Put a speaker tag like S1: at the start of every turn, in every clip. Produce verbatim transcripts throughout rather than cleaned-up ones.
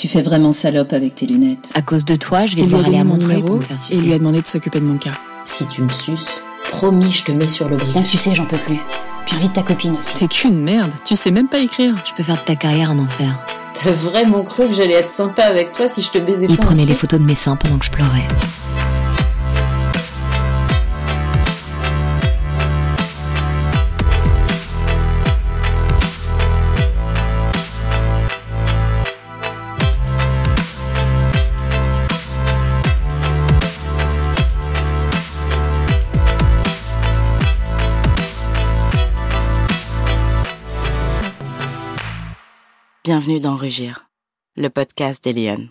S1: Tu fais vraiment salope avec tes lunettes.
S2: À cause de toi, je vais
S3: Il lui a
S2: devoir aller
S3: donné
S2: à
S3: mon
S2: Montreuil
S3: numéro
S2: pour me faire sucer.
S3: et lui a demandé de s'occuper de mon cas.
S4: Si tu me suces, promis, je te mets sur le brief.
S5: Viens me sucer, j'en peux plus. Puis invite ta copine aussi.
S3: T'es qu'une merde, tu sais même pas écrire.
S2: Je peux faire de ta carrière un enfer.
S4: T'as vraiment cru que j'allais être sympa avec toi si je te baisais pas
S2: Il prenait
S4: ensuite
S2: les photos de mes seins pendant que je pleurais.
S6: Bienvenue dans Rugir, le podcast d'Eliane.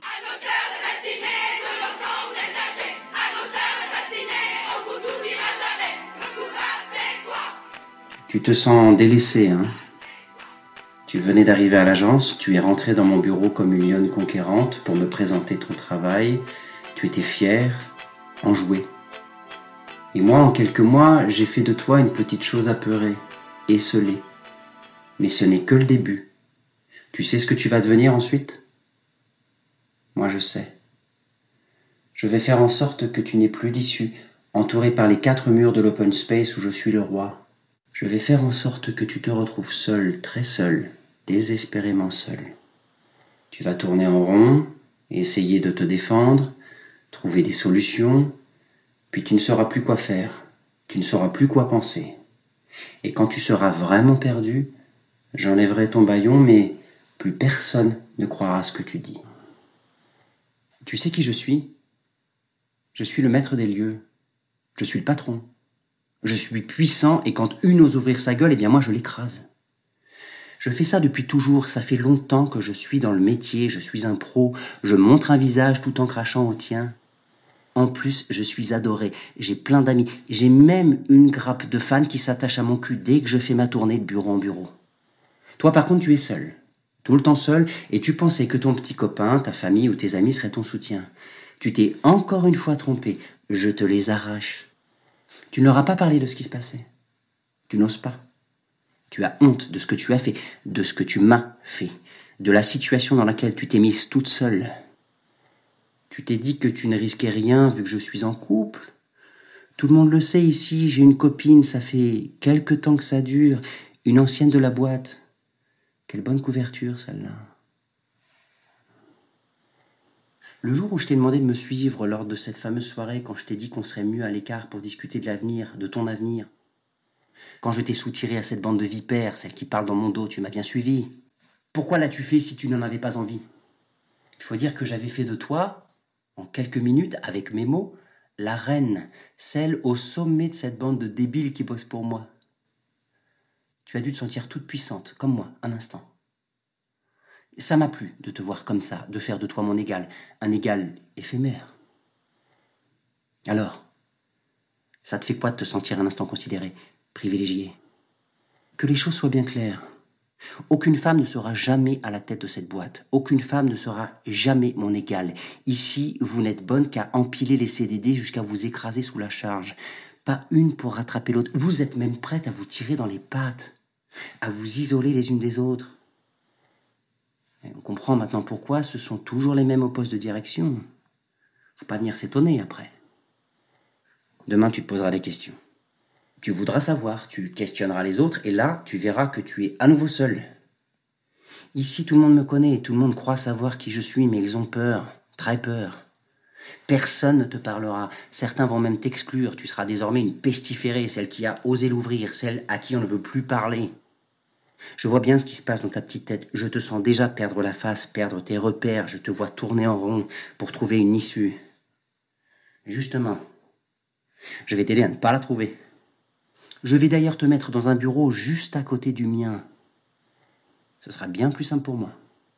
S7: Tu te sens délaissé, hein? Tu venais d'arriver à l'agence, tu es rentré dans mon bureau comme une lionne conquérante pour me présenter ton travail. Tu étais fier, enjoué. Et moi, en quelques mois, j'ai fait de toi une petite chose apeurée, esseulée. Mais ce n'est que le début. Tu sais ce que tu vas devenir ensuite? Moi, je sais. Je vais faire en sorte que tu n'aies plus d'issue, entouré par les quatre murs de l'open space où je suis le roi. Je vais faire en sorte que tu te retrouves seul, très seul, désespérément seul. Tu vas tourner en rond, essayer de te défendre, trouver des solutions, puis tu ne sauras plus quoi faire, tu ne sauras plus quoi penser. Et quand tu seras vraiment perdu, j'enlèverai ton bâillon, mais plus personne ne croira à ce que tu dis. Tu sais qui je suis? Je suis le maître des lieux. Je suis le patron. Je suis puissant et quand une ose ouvrir sa gueule, eh bien moi je l'écrase. Je fais ça depuis toujours, ça fait longtemps que je suis dans le métier, je suis un pro, je montre un visage tout en crachant au tien. En plus, je suis adoré, j'ai plein d'amis, j'ai même une grappe de fans qui s'attachent à mon cul dès que je fais ma tournée de bureau en bureau. Toi par contre tu es seul. Tout le temps seul, et tu pensais que ton petit copain, ta famille ou tes amis seraient ton soutien. Tu t'es encore une fois trompé, je te les arrache. Tu ne leur as pas parlé de ce qui se passait. Tu n'oses pas. Tu as honte de ce que tu as fait, de ce que tu m'as fait, de la situation dans laquelle tu t'es mise toute seule. Tu t'es dit que tu ne risquais rien vu que je suis en couple. Tout le monde le sait ici, j'ai une copine, ça fait quelque temps que ça dure, une ancienne de la boîte. Quelle bonne couverture, celle-là. Le jour où je t'ai demandé de me suivre lors de cette fameuse soirée, quand je t'ai dit qu'on serait mieux à l'écart pour discuter de l'avenir, de ton avenir, quand je t'ai soutiré à cette bande de vipères, celle qui parle dans mon dos, tu m'as bien suivi. Pourquoi l'as-tu fait si tu n'en avais pas envie? Il faut dire que j'avais fait de toi, en quelques minutes, avec mes mots, la reine, celle au sommet de cette bande de débiles qui bossent pour moi. Tu as dû te sentir toute puissante, comme moi, un instant. Ça m'a plu de te voir comme ça, de faire de toi mon égal, un égal éphémère. Alors, ça te fait quoi de te sentir un instant considéré, privilégié? Que les choses soient bien claires. Aucune femme ne sera jamais à la tête de cette boîte. Aucune femme ne sera jamais mon égale. Ici, vous n'êtes bonne qu'à empiler les C D D jusqu'à vous écraser sous la charge. Pas une pour rattraper l'autre. Vous êtes même prête à vous tirer dans les pattes, à vous isoler les unes des autres. Et on comprend maintenant pourquoi ce sont toujours les mêmes au poste de direction. Faut pas venir s'étonner après. Demain, tu te poseras des questions. Tu voudras savoir, tu questionneras les autres, et là, tu verras que tu es à nouveau seul. Ici, tout le monde me connaît, et tout le monde croit savoir qui je suis, mais ils ont peur, très peur. Personne ne te parlera, certains vont même t'exclure, tu seras désormais une pestiférée, celle qui a osé l'ouvrir, celle à qui on ne veut plus parler. Je vois bien ce qui se passe dans ta petite tête, je te sens déjà perdre la face, perdre tes repères, je te vois tourner en rond pour trouver une issue. Justement, je vais t'aider à ne pas la trouver. Je vais d'ailleurs te mettre dans un bureau juste à côté du mien. Ce sera bien plus simple pour moi.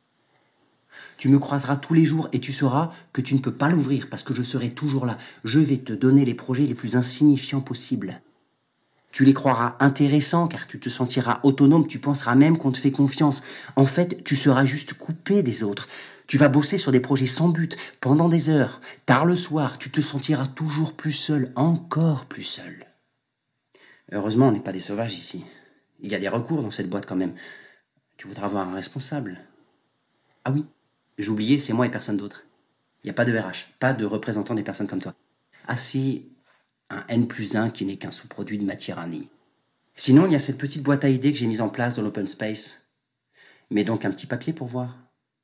S7: Tu me croiseras tous les jours et tu sauras que tu ne peux pas l'ouvrir parce que je serai toujours là. Je vais te donner les projets les plus insignifiants possibles. Tu les croiras intéressants car tu te sentiras autonome, tu penseras même qu'on te fait confiance. En fait, tu seras juste coupé des autres. Tu vas bosser sur des projets sans but, pendant des heures. Tard le soir, tu te sentiras toujours plus seul, encore plus seul. Heureusement, on n'est pas des sauvages ici. Il y a des recours dans cette boîte quand même. Tu voudras avoir un responsable. Ah oui, J'oubliais, c'est moi et personne d'autre. Il n'y a pas de R H, pas de représentant des personnes comme toi. Ah si, un N plus un qui n'est qu'un sous-produit de ma tyrannie. Sinon, il y a cette petite boîte à idées que j'ai mise en place dans l'open space. Mets donc un petit papier pour voir.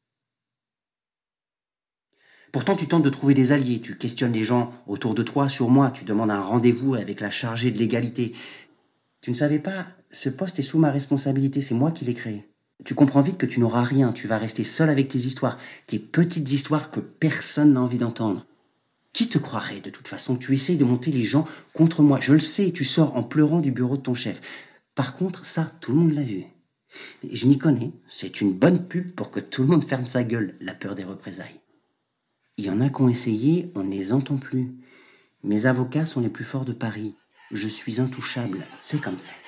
S7: Pourtant, tu tentes de trouver des alliés, tu questionnes les gens autour de toi, sur moi, tu demandes un rendez-vous avec la chargée de l'égalité. Tu ne savais pas, ce poste est sous ma responsabilité, c'est moi qui l'ai créé. Tu comprends vite que tu n'auras rien, tu vas rester seul avec tes histoires, tes petites histoires que personne n'a envie d'entendre. Qui te croirait de toute façon? Tu essayes de monter les gens contre moi, je le sais, tu sors en pleurant du bureau de ton chef. Par contre, ça, tout le monde l'a vu. Et je m'y connais, c'est une bonne pub pour que tout le monde ferme sa gueule, la peur des représailles. Il y en a qui ont essayé, on ne les entend plus. Mes avocats sont les plus forts de Paris. Je suis intouchable, c'est comme ça.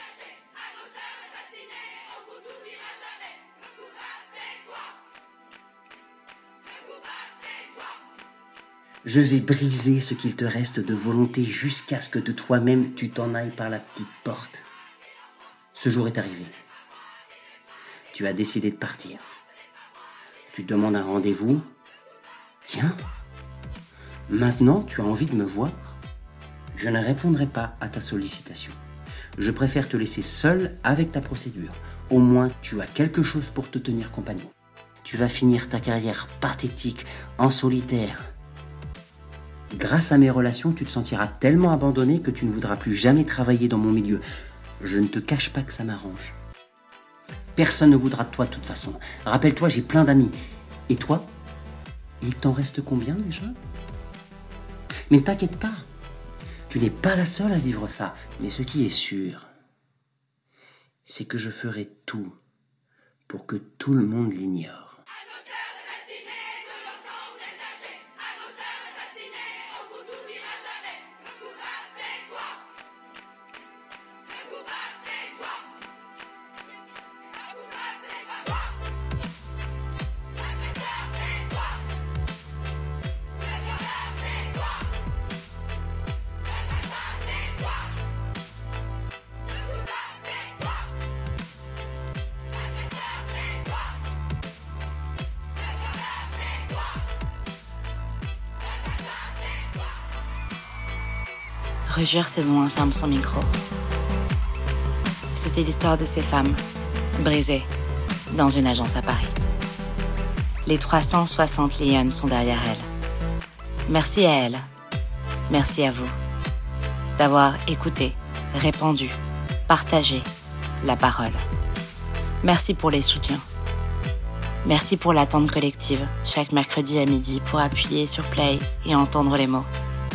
S7: Je vais briser ce qu'il te reste de volonté jusqu'à ce que de toi-même tu t'en ailles par la petite porte. Ce jour est arrivé. Tu as décidé de partir. Tu demandes un rendez-vous. Tiens, maintenant tu as envie de me voir? Je ne répondrai pas à ta sollicitation. Je préfère te laisser seul avec ta procédure. Au moins, tu as quelque chose pour te tenir compagnie. Tu vas finir ta carrière pathétique, en solitaire. Grâce à mes relations, tu te sentiras tellement abandonné que tu ne voudras plus jamais travailler dans mon milieu. Je ne te cache pas que ça m'arrange. Personne ne voudra de toi de toute façon. Rappelle-toi, j'ai plein d'amis. Et toi? Il t'en reste combien déjà? Mais ne t'inquiète pas. Tu n'es pas la seule à vivre ça. Mais ce qui est sûr, c'est que je ferai tout pour que tout le monde l'ignore.
S2: Rugir saison un ferme son micro. C'était l'histoire de ces femmes, brisées, dans une agence à Paris. Les trois cent soixante lionnes sont derrière elles. Merci à elles, merci à vous, d'avoir écouté, répondu, partagé la parole. Merci pour les soutiens. Merci pour l'attente collective, chaque mercredi à midi pour appuyer sur play et entendre les mots.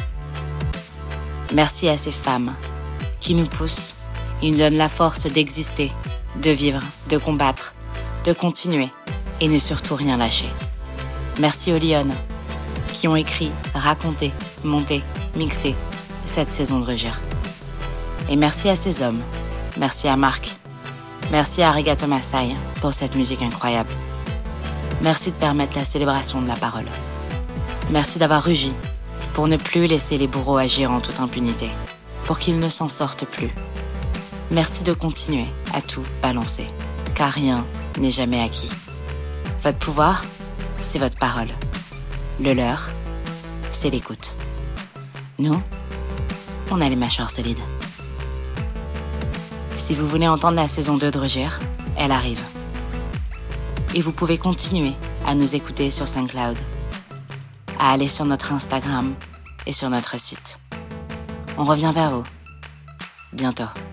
S2: Merci à ces femmes qui nous poussent et nous donnent la force d'exister, de vivre, de combattre, de continuer et ne surtout rien lâcher. Merci aux lionnes qui ont écrit, raconté, monté, mixé cette saison de Rugir. Et merci à ces hommes, merci à Marc, merci à Arigato Masai pour cette musique incroyable. Merci de permettre la célébration de la parole. Merci d'avoir rugi pour ne plus laisser les bourreaux agir en toute impunité, pour qu'ils ne s'en sortent plus. Merci de continuer à tout balancer, car rien n'est jamais acquis. Votre pouvoir, c'est votre parole. Le leur, c'est l'écoute. Nous, on a les mâchoires solides. Si vous voulez entendre la saison deux de Rugir, elle arrive. Et vous pouvez continuer à nous écouter sur SoundCloud, à aller sur notre Instagram et sur notre site. On revient vers vous bientôt.